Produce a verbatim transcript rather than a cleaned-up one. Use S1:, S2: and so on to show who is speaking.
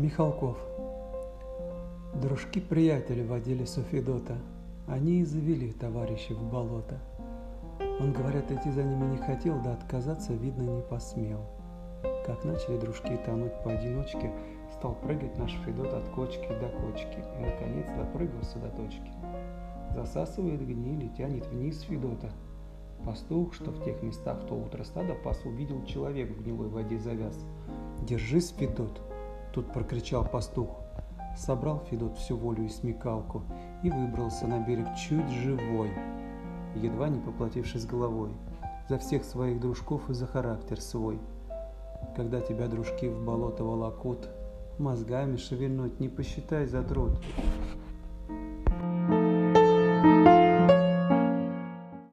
S1: Михалков. Дружки-приятели водились у Федота. Они и завели товарища в болото. Он, говорят, идти за ними не хотел, да отказаться, видно, не посмел. Как начали дружки тонуть поодиночке, стал прыгать наш Федот от кочки до кочки и, наконец, допрыгался до точки. Засасывает гниль и тянет вниз Федота. Пастух, что в тех местах в то утро стада пас, увидел, человек в гнилой воде завяз. «Держись, Федот!» — тут прокричал пастух. Собрал Федот всю волю и смекалку и выбрался на берег чуть живой, едва не поплатившись головой за всех своих дружков и за характер свой. Когда тебя дружки в болото волокут, мозгами шевельнуть не посчитай за труд.